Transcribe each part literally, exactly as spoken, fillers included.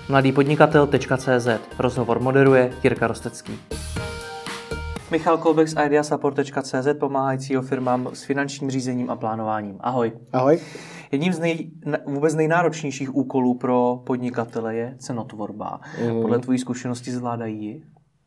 mladýpodnikatel tečka cé zet. Rozhovor moderuje Jirka Rostecký. Michal Kolbek z ideasupport tečka cé zet, pomáhajícího firmám s finančním řízením a plánováním. Ahoj. Ahoj. Jedním z nej, vůbec nejnáročnějších úkolů pro podnikatele je cenotvorba. Mm. Podle tvojí zkušenosti zvládají ji?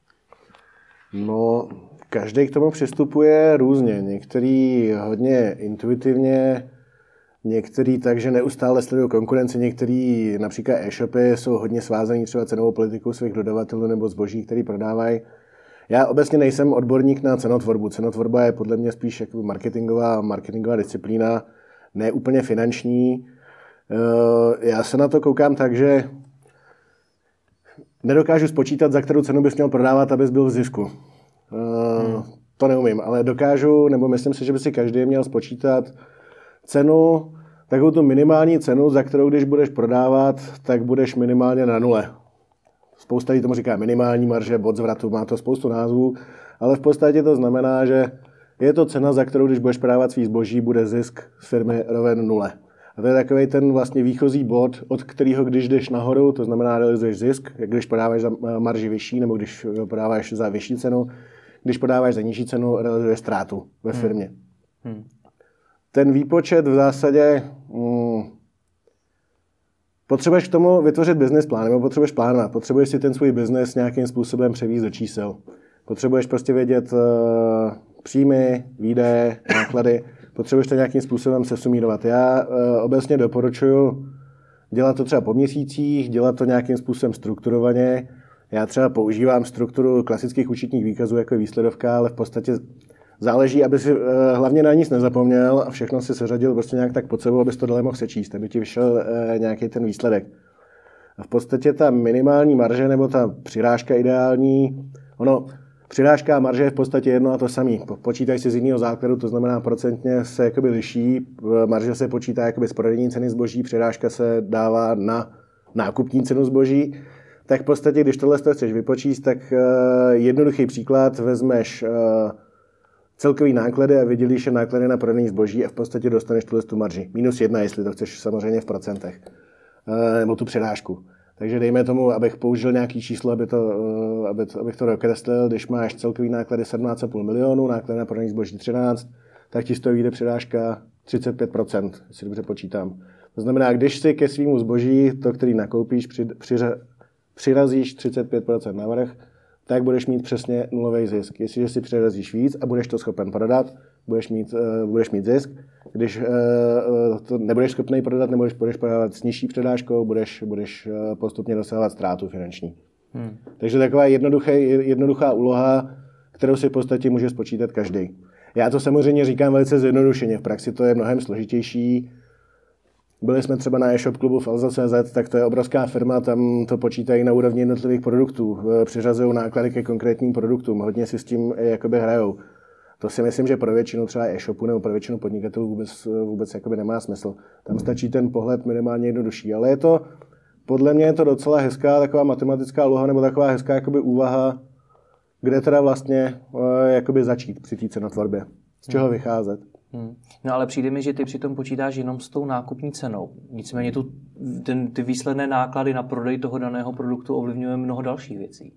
No, každý k tomu přistupuje různě. Některý hodně intuitivně, některý tak, že neustále sledují konkurenci, některý například e-shopy jsou hodně svázaný třeba cenovou politikou svých dodavatelů nebo zboží, který prodávají. Já obecně nejsem odborník na cenotvorbu. Cenotvorba je podle mě spíš jako marketingová, marketingová disciplína, ne úplně finanční. Já se na to koukám tak, že nedokážu spočítat, za kterou cenu bys měl prodávat, abys byl v zisku. Hmm. To neumím, ale dokážu, nebo myslím si, že by si každý měl spočítat cenu, takovou tu minimální cenu, za kterou když budeš prodávat, tak budeš minimálně na nule. Spousta lidí tomu říká minimální marže, bod zvratu, má to spoustu názvů, ale v podstatě to znamená, že je to cena, za kterou když budeš prodávat svý zboží, bude zisk z firmy roven nule. A to je takový ten vlastně výchozí bod, od kterého když jdeš nahoru, to znamená realizuješ zisk, jak když podáváš za marži vyšší, nebo když podáváš za vyšší cenu, když podáváš za nižší cenu, realizuješ ztrátu ve firmě. Hmm. Hmm. Ten výpočet v zásadě hmm, potřebuješ k tomu vytvořit business plán, nebo potřebuješ plánovat, potřebuješ si ten svůj business nějakým způsobem převést do čísel. Potřebuješ prostě vědět uh, příjmy, výdaje, náklady, potřebuješ to nějakým způsobem sesumírovat. Já uh, obecně doporučuji dělat to třeba po měsících, dělat to nějakým způsobem strukturovaně. Já třeba používám strukturu klasických účetních výkazů jako výsledovka, ale v podstatě záleží, aby si uh, hlavně na nic nezapomněl a všechno si seřadil prostě nějak tak pod sebou, abys to dále mohl sečíst, aby ti vyšel uh, nějaký ten výsledek. A v podstatě ta minimální marže nebo ta přirážka ideální, ono, přirážka a marže je v podstatě jedno a to samé. Počítají si z jiného základu, to znamená procentně se jakoby liší, marže se počítá jakoby z prodejní ceny zboží, přirážka se dává na nákupní cenu zboží. Tak v podstatě, když tohle chceš vypočíst, tak uh, jednoduchý příklad, vezmeš uh, celkový náklady a vydělíš je náklady na prodejní zboží a v podstatě dostaneš tuhle tu marži. Minus jedna, jestli to chceš samozřejmě v procentech. Uh, nebo tu přirážku. Takže dejme tomu, abych použil nějaký číslo, aby to, aby to, abych to dokreslil, když máš celkový náklady sedmnáct celá pět milionů, náklady na prodejní zboží třináct, tak ti z toho vyjde přirážka třicet pět procent, jestli dobře počítám. To znamená, když si ke svému zboží, to, který nakoupíš, při, přiře, přirazíš třicet pět procent navrch, tak budeš mít přesně nulový zisk. Jestliže si přirazíš víc a budeš to schopen prodat, budeš mít, uh, budeš mít zisk. Když uh, to nebudeš schopný prodat, nebo když budeš prodávat s nižší předážkou, budeš, budeš uh, postupně dosahovat ztrátu finanční. Hmm. Takže taková jednoduchá úloha, kterou si v podstatě může spočítat každý. Já to samozřejmě říkám velice zjednodušeně, v praxi to je mnohem složitější. Byli jsme třeba na e-shop klubu Falza tečka cé zet, tak to je obrovská firma, tam to počítají na úrovni jednotlivých produktů, přiřazují náklady ke konkrétním produktům, hodně si s tím jakoby hrajou. To si myslím, že pro většinu třeba e-shopu nebo pro většinu podnikatelů vůbec, vůbec jakoby nemá smysl. Tam stačí ten pohled minimálně jednodušší, ale je to, podle mě je to docela hezká taková matematická úloha nebo taková hezká jakoby úvaha, kde teda vlastně jakoby začít při té cenotvorbě, z čeho vycházet. Hmm. No ale přijde mi, že ty přitom počítáš jenom s tou nákupní cenou. Nicméně tu, ten, ty výsledné náklady na prodej toho daného produktu ovlivňuje mnoho dalších věcí.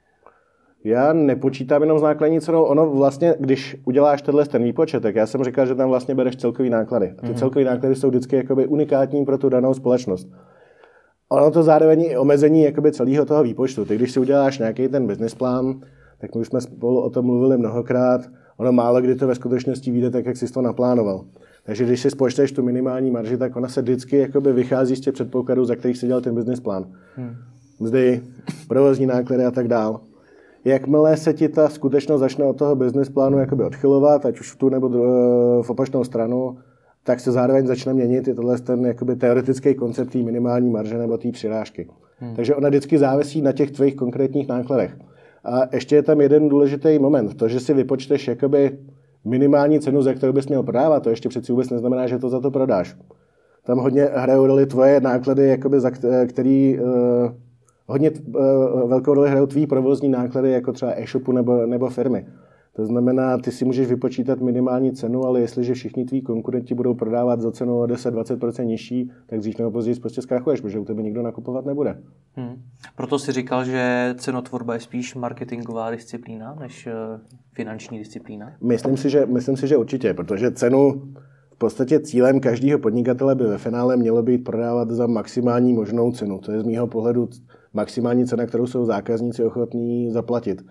Já nepočítám jenom s nákladní cenou. Ono vlastně, když uděláš tenhle ten výpočet, tak já jsem říkal, že tam vlastně bereš celkový náklady. A ty mm-hmm. celkový náklady jsou vždycky jakoby unikátní pro tu danou společnost. Ono to zároveň i omezení jakoby celého toho výpočtu. Ty, když si uděláš nějaký ten business plán, tak my už jsme spolu o tom mluvili mnohokrát, ono málo kdy to ve skutečnosti vyjde tak, jak jsi to naplánoval. Takže když si spočteš tu minimální marži, tak ona se vždycky jakoby vychází z těch předpokladů, za kterých si dělal ten business plán. Hmm. Mzdy, provozní náklady a tak dál. Jakmile se ti ta skutečnost začne od toho business plánu jakoby odchylovat, ať už v tu nebo v opačnou stranu, tak se zároveň začne měnit i tohle ten jakoby teoretický koncept té minimální marže nebo té přirážky. Hmm. Takže ona vždycky závisí na těch tvých konkrétních nákladech. A ještě je tam jeden důležitý moment. To, že si vypočteš jakoby minimální cenu, za kterou bys měl prodávat, to ještě přeci vůbec neznamená, že to za to prodáš. Tam hodně hrajou roli tvoje náklady, jakoby za který uh, hodně uh, velkou roli hrajou tvý provozní náklady, jako třeba e-shopu nebo, nebo firmy. To znamená, ty si můžeš vypočítat minimální cenu, ale jestliže všichni tví konkurenti budou prodávat za cenu o deset až dvacet procent nižší, tak dřív nebo později prostě zkrachuješ, protože u tebe nikdo nakupovat nebude. Hmm. Proto si říkal, že cenotvorba je spíš marketingová disciplína než finanční disciplína? Myslím si, že, myslím si, že určitě, protože cenu v podstatě cílem každého podnikatele by ve finále mělo být prodávat za maximální možnou cenu. To je z mýho pohledu maximální cena, kterou jsou zákazníci ochotní zaplatit.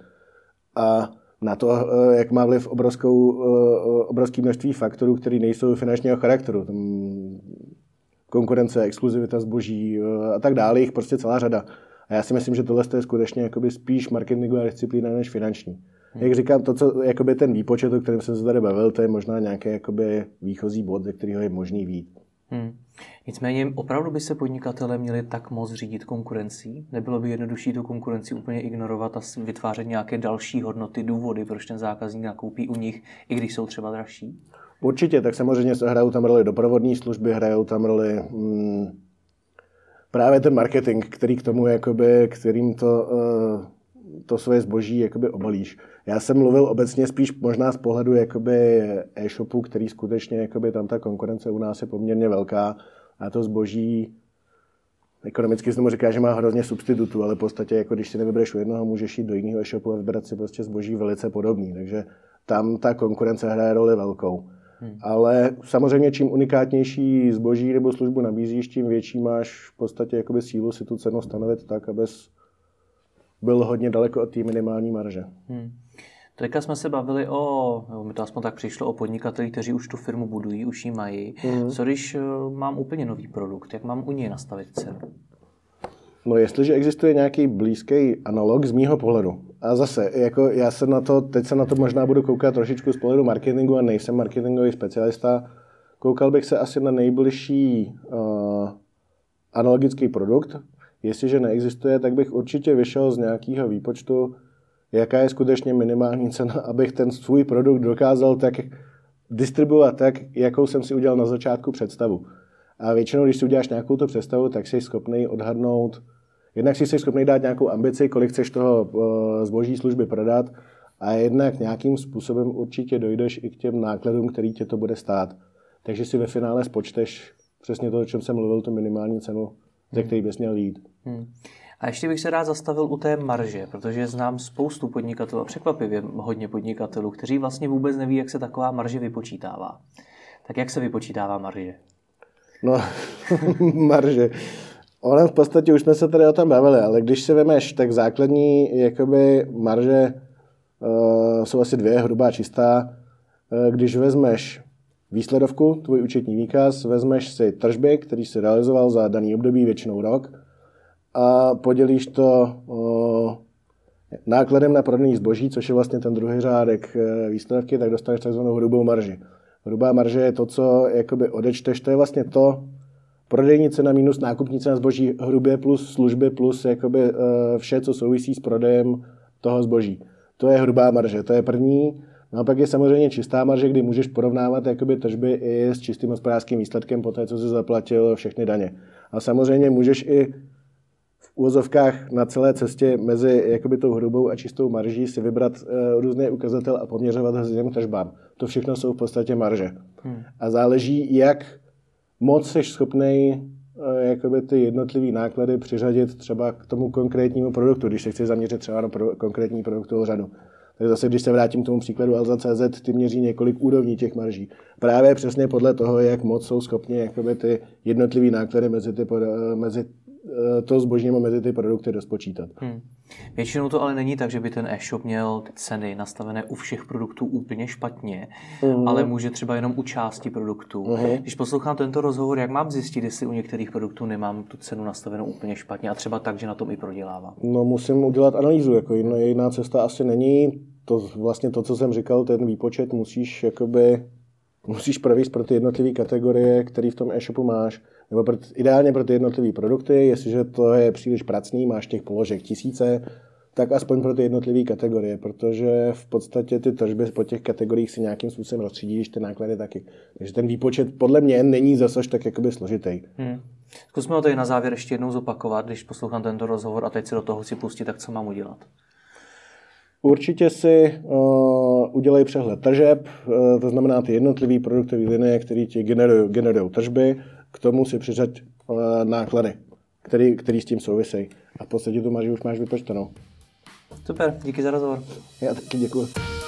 A na to, jak má vliv obrovskou, obrovské množství faktorů, které nejsou finančního charakteru. Tam konkurence, exkluzivita zboží a tak dále, jich prostě celá řada. A já si myslím, že tohle je skutečně jakoby spíš marketingová disciplína než finanční. Hmm. Jak říkám, to, co jakoby ten výpočet, o kterém jsem se tady bavil, to je možná nějaký jakoby výchozí bod, ze kterého je možný vyjít. Hmm. Nicméně opravdu by se podnikatelé měli tak moc řídit konkurencí? Nebylo by jednodušší tu konkurenci úplně ignorovat a vytvářet nějaké další hodnoty, důvody, proč ten zákazník nakoupí u nich, i když jsou třeba dražší? Určitě, tak samozřejmě hrajou tam roli doprovodní služby, hrajou tam roli hmm, právě ten marketing, který k tomu, jakoby, kterým to, uh, to svoje zboží jakoby obalíš. Já jsem mluvil obecně spíš možná z pohledu jakoby e-shopu, který skutečně jakoby tam ta konkurence u nás je poměrně velká a to zboží ekonomicky se tomu říká, že má hrozně substitutů, ale v podstatě jako když si nevybereš u jednoho, můžeš jít do jiného e-shopu a vybrat si prostě zboží velice podobný, takže tam ta konkurence hraje roli velkou. Hmm. Ale samozřejmě čím unikátnější zboží nebo službu nabízíš, tím větší máš v podstatě jakoby sílu si tu cenu stanovit tak, abys byl hodně daleko od té minimální marže. Hmm. Teďka jsme se bavili o, nebo mi to aspoň tak přišlo, o podnikatelích, kteří už tu firmu budují, už ji mají. Hmm. Co když mám úplně nový produkt, jak mám u něj nastavit cenu? No jestliže existuje nějaký blízký analog z mýho pohledu. A zase, jako já se na to, teď se na to možná budu koukat trošičku z pohledu marketingu a nejsem marketingový specialista. Koukal bych se asi na nejbližší uh, analogický produkt. Jestliže neexistuje, tak bych určitě vyšel z nějakého výpočtu, jaká je skutečně minimální cena, abych ten svůj produkt dokázal tak distribuovat tak, jakou jsem si udělal na začátku představu. A většinou, když si uděláš nějakou tu představu, tak jsi schopný odhadnout, jednak si jsi schopný dát nějakou ambici, kolik chceš toho zboží služby prodat, a jednak nějakým způsobem určitě dojdeš i k těm nákladům, který tě to bude stát. Takže si ve finále spočteš přesně to, o čem jsem mluvil, tu minimální cenu, ze který bys měl jít. Hmm. A ještě bych se rád zastavil u té marže, protože znám spoustu podnikatelů, a překvapivě hodně podnikatelů, kteří vlastně vůbec neví, jak se taková marže vypočítává. Tak jak se vypočítává marže? No, marže. Ona v podstatě, už jsme se tady o tom bavili, ale když si vemeš, tak základní jakoby marže uh, jsou asi dvě, hrubá, čistá. Uh, když vezmeš výsledovku, tvůj účetní výkaz, vezmeš si tržby, který si realizoval za daný období, většinou rok, a podělíš to uh, nákladem na prodaný zboží, což je vlastně ten druhý řádek uh, výsledovky, tak dostaneš takzvanou hrubou marži. Hrubá marže je to, co jakoby odečteš, to je vlastně to prodejní cena minus nákupní cena zboží hrubě plus služby plus jakoby uh, vše, co souvisí s prodejem toho zboží. To je hrubá marže, to je první. No a pak je samozřejmě čistá marže, kdy můžeš porovnávat jakoby tržby i s čistým hospodářským výsledkem po té, co jsi zaplatil všechny daně. A samozřejmě můžeš i v úvozovkách na celé cestě mezi jakoby tou hrubou a čistou marží si vybrat uh, různý ukazatel a poměřovat ho s těm tržbám. To všechno jsou v podstatě marže. Hmm. A záleží, jak moc jsi schopnej uh, jakoby ty jednotlivý náklady přiřadit třeba k tomu konkrétnímu produktu, když se chci zaměřit třeba na pro, konkrétní produktovou řadu. Tak zase, když se vrátím k tomu příkladu Alza tečka cé zet, ty měří několik úrovní těch marží. Právě přesně podle toho, jak moc jsou schopni jakoby ty jednotlivý náklady mezi, ty, mezi to zboží mezi ty produkty rozpočítat. Hmm. Většinou to ale není tak, že by ten e-shop měl ty ceny nastavené u všech produktů úplně špatně, hmm. ale může třeba jenom u části produktů. Hmm. Když poslouchám tento rozhovor, jak mám zjistit, jestli u některých produktů nemám tu cenu nastavenou úplně špatně a třeba tak, že na tom i prodělávám? No, musím udělat analýzu, jako jiná, jiná cesta asi není. To vlastně to, co jsem říkal, ten výpočet musíš jakoby musíš provést pro ty jednotlivé kategorie, které v tom e-shopu máš, nebo pro, ideálně pro ty jednotlivé produkty. Jestliže to je příliš pracný, máš těch položek tisíce, tak aspoň pro ty jednotlivé kategorie, protože v podstatě ty tržby po těch kategoriích si nějakým způsobem rozstřídíš, ty náklady taky. Takže ten výpočet podle mě není zase tak jakoby složitý. Hmm. Zkusme ho tady na závěr ještě jednou zopakovat, když poslouchám tento rozhovor a teď si do toho chci pustit, tak co mám udělat? Určitě si uh, udělej přehled tržeb, uh, to znamená ty jednotlivé produktové linie, které ti generují generují tržby, k tomu si přiřaď uh, náklady, který, který s tím souvisejí. A v podstatě tu marži už máš vypočtenou. Super, díky za rozhovor. Já taky děkuji.